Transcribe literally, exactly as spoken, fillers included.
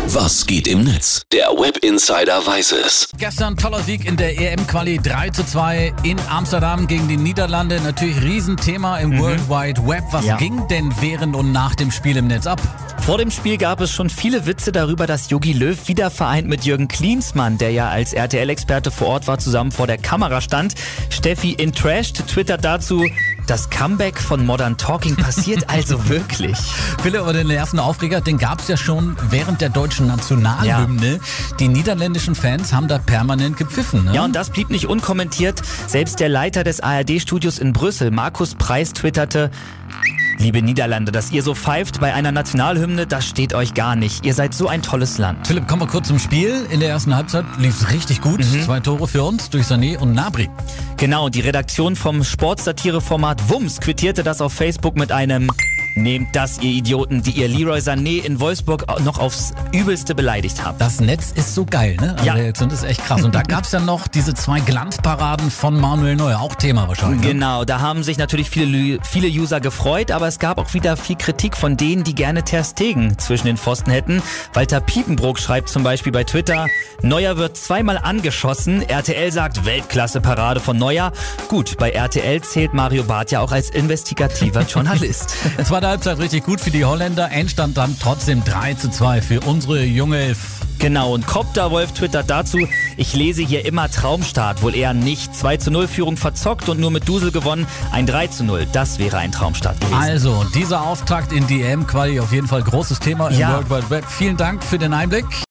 Was geht im Netz? Der Web Insider weiß es. Gestern toller Sieg in der E M-Quali drei zu zwei in Amsterdam gegen die Niederlande. Natürlich Riesenthema im mhm. World Wide Web. Was ja. ging denn während und nach dem Spiel im Netz ab? Vor dem Spiel gab es schon viele Witze darüber, dass Jogi Löw wieder vereint mit Jürgen Klinsmann, der ja als R T L-Experte vor Ort war, zusammen vor der Kamera stand. Steffi in Trashed twittert dazu: Das Comeback von Modern Talking passiert also wirklich. Philipp, aber den ersten Aufreger, den gab es ja schon während der deutschen Nationalhymne. Ja. Die niederländischen Fans haben da permanent gepfiffen. Ne? Ja, und das blieb nicht unkommentiert. Selbst der Leiter des A R D-Studios in Brüssel, Markus Preis, twitterte: Liebe Niederlande, dass ihr so pfeift bei einer Nationalhymne, das steht euch gar nicht. Ihr seid so ein tolles Land. Philipp, kommen wir kurz zum Spiel. In der ersten Halbzeit lief es richtig gut. Mhm. Zwei Tore für uns durch Sané und Gnabry. Genau, die Redaktion vom Sportsatireformat Wumms quittierte das auf Facebook mit einem: Nehmt das, ihr Idioten, die ihr Leroy Sané in Wolfsburg noch aufs Übelste beleidigt habt. Das Netz ist so geil, ne? Also ja. Das ist echt krass. Und da gab es dann noch diese zwei Glanzparaden von Manuel Neuer. Auch Thema wahrscheinlich. Ne? Genau, da haben sich natürlich viele, viele User gefreut, aber es gab auch wieder viel Kritik von denen, die gerne Ter Stegen zwischen den Pfosten hätten. Walter Piepenbrock schreibt zum Beispiel bei Twitter: Neuer wird zweimal angeschossen. R T L sagt Weltklasse-Parade von Neuer. Gut, bei R T L zählt Mario Barth ja auch als investigativer Journalist. Es war Halbzeit richtig gut für die Holländer. Endstand dann trotzdem drei zu zwei für unsere junge Elf. Genau, und Kopterwolf twittert dazu: Ich lese hier immer Traumstart, wohl eher nicht. zwei zu null Führung verzockt und nur mit Dusel gewonnen. Ein drei zu null, das wäre ein Traumstart gewesen. Also, dieser Auftakt in die E M-Quali auf jeden Fall großes Thema im ja. World Wide Web. Vielen Dank für den Einblick.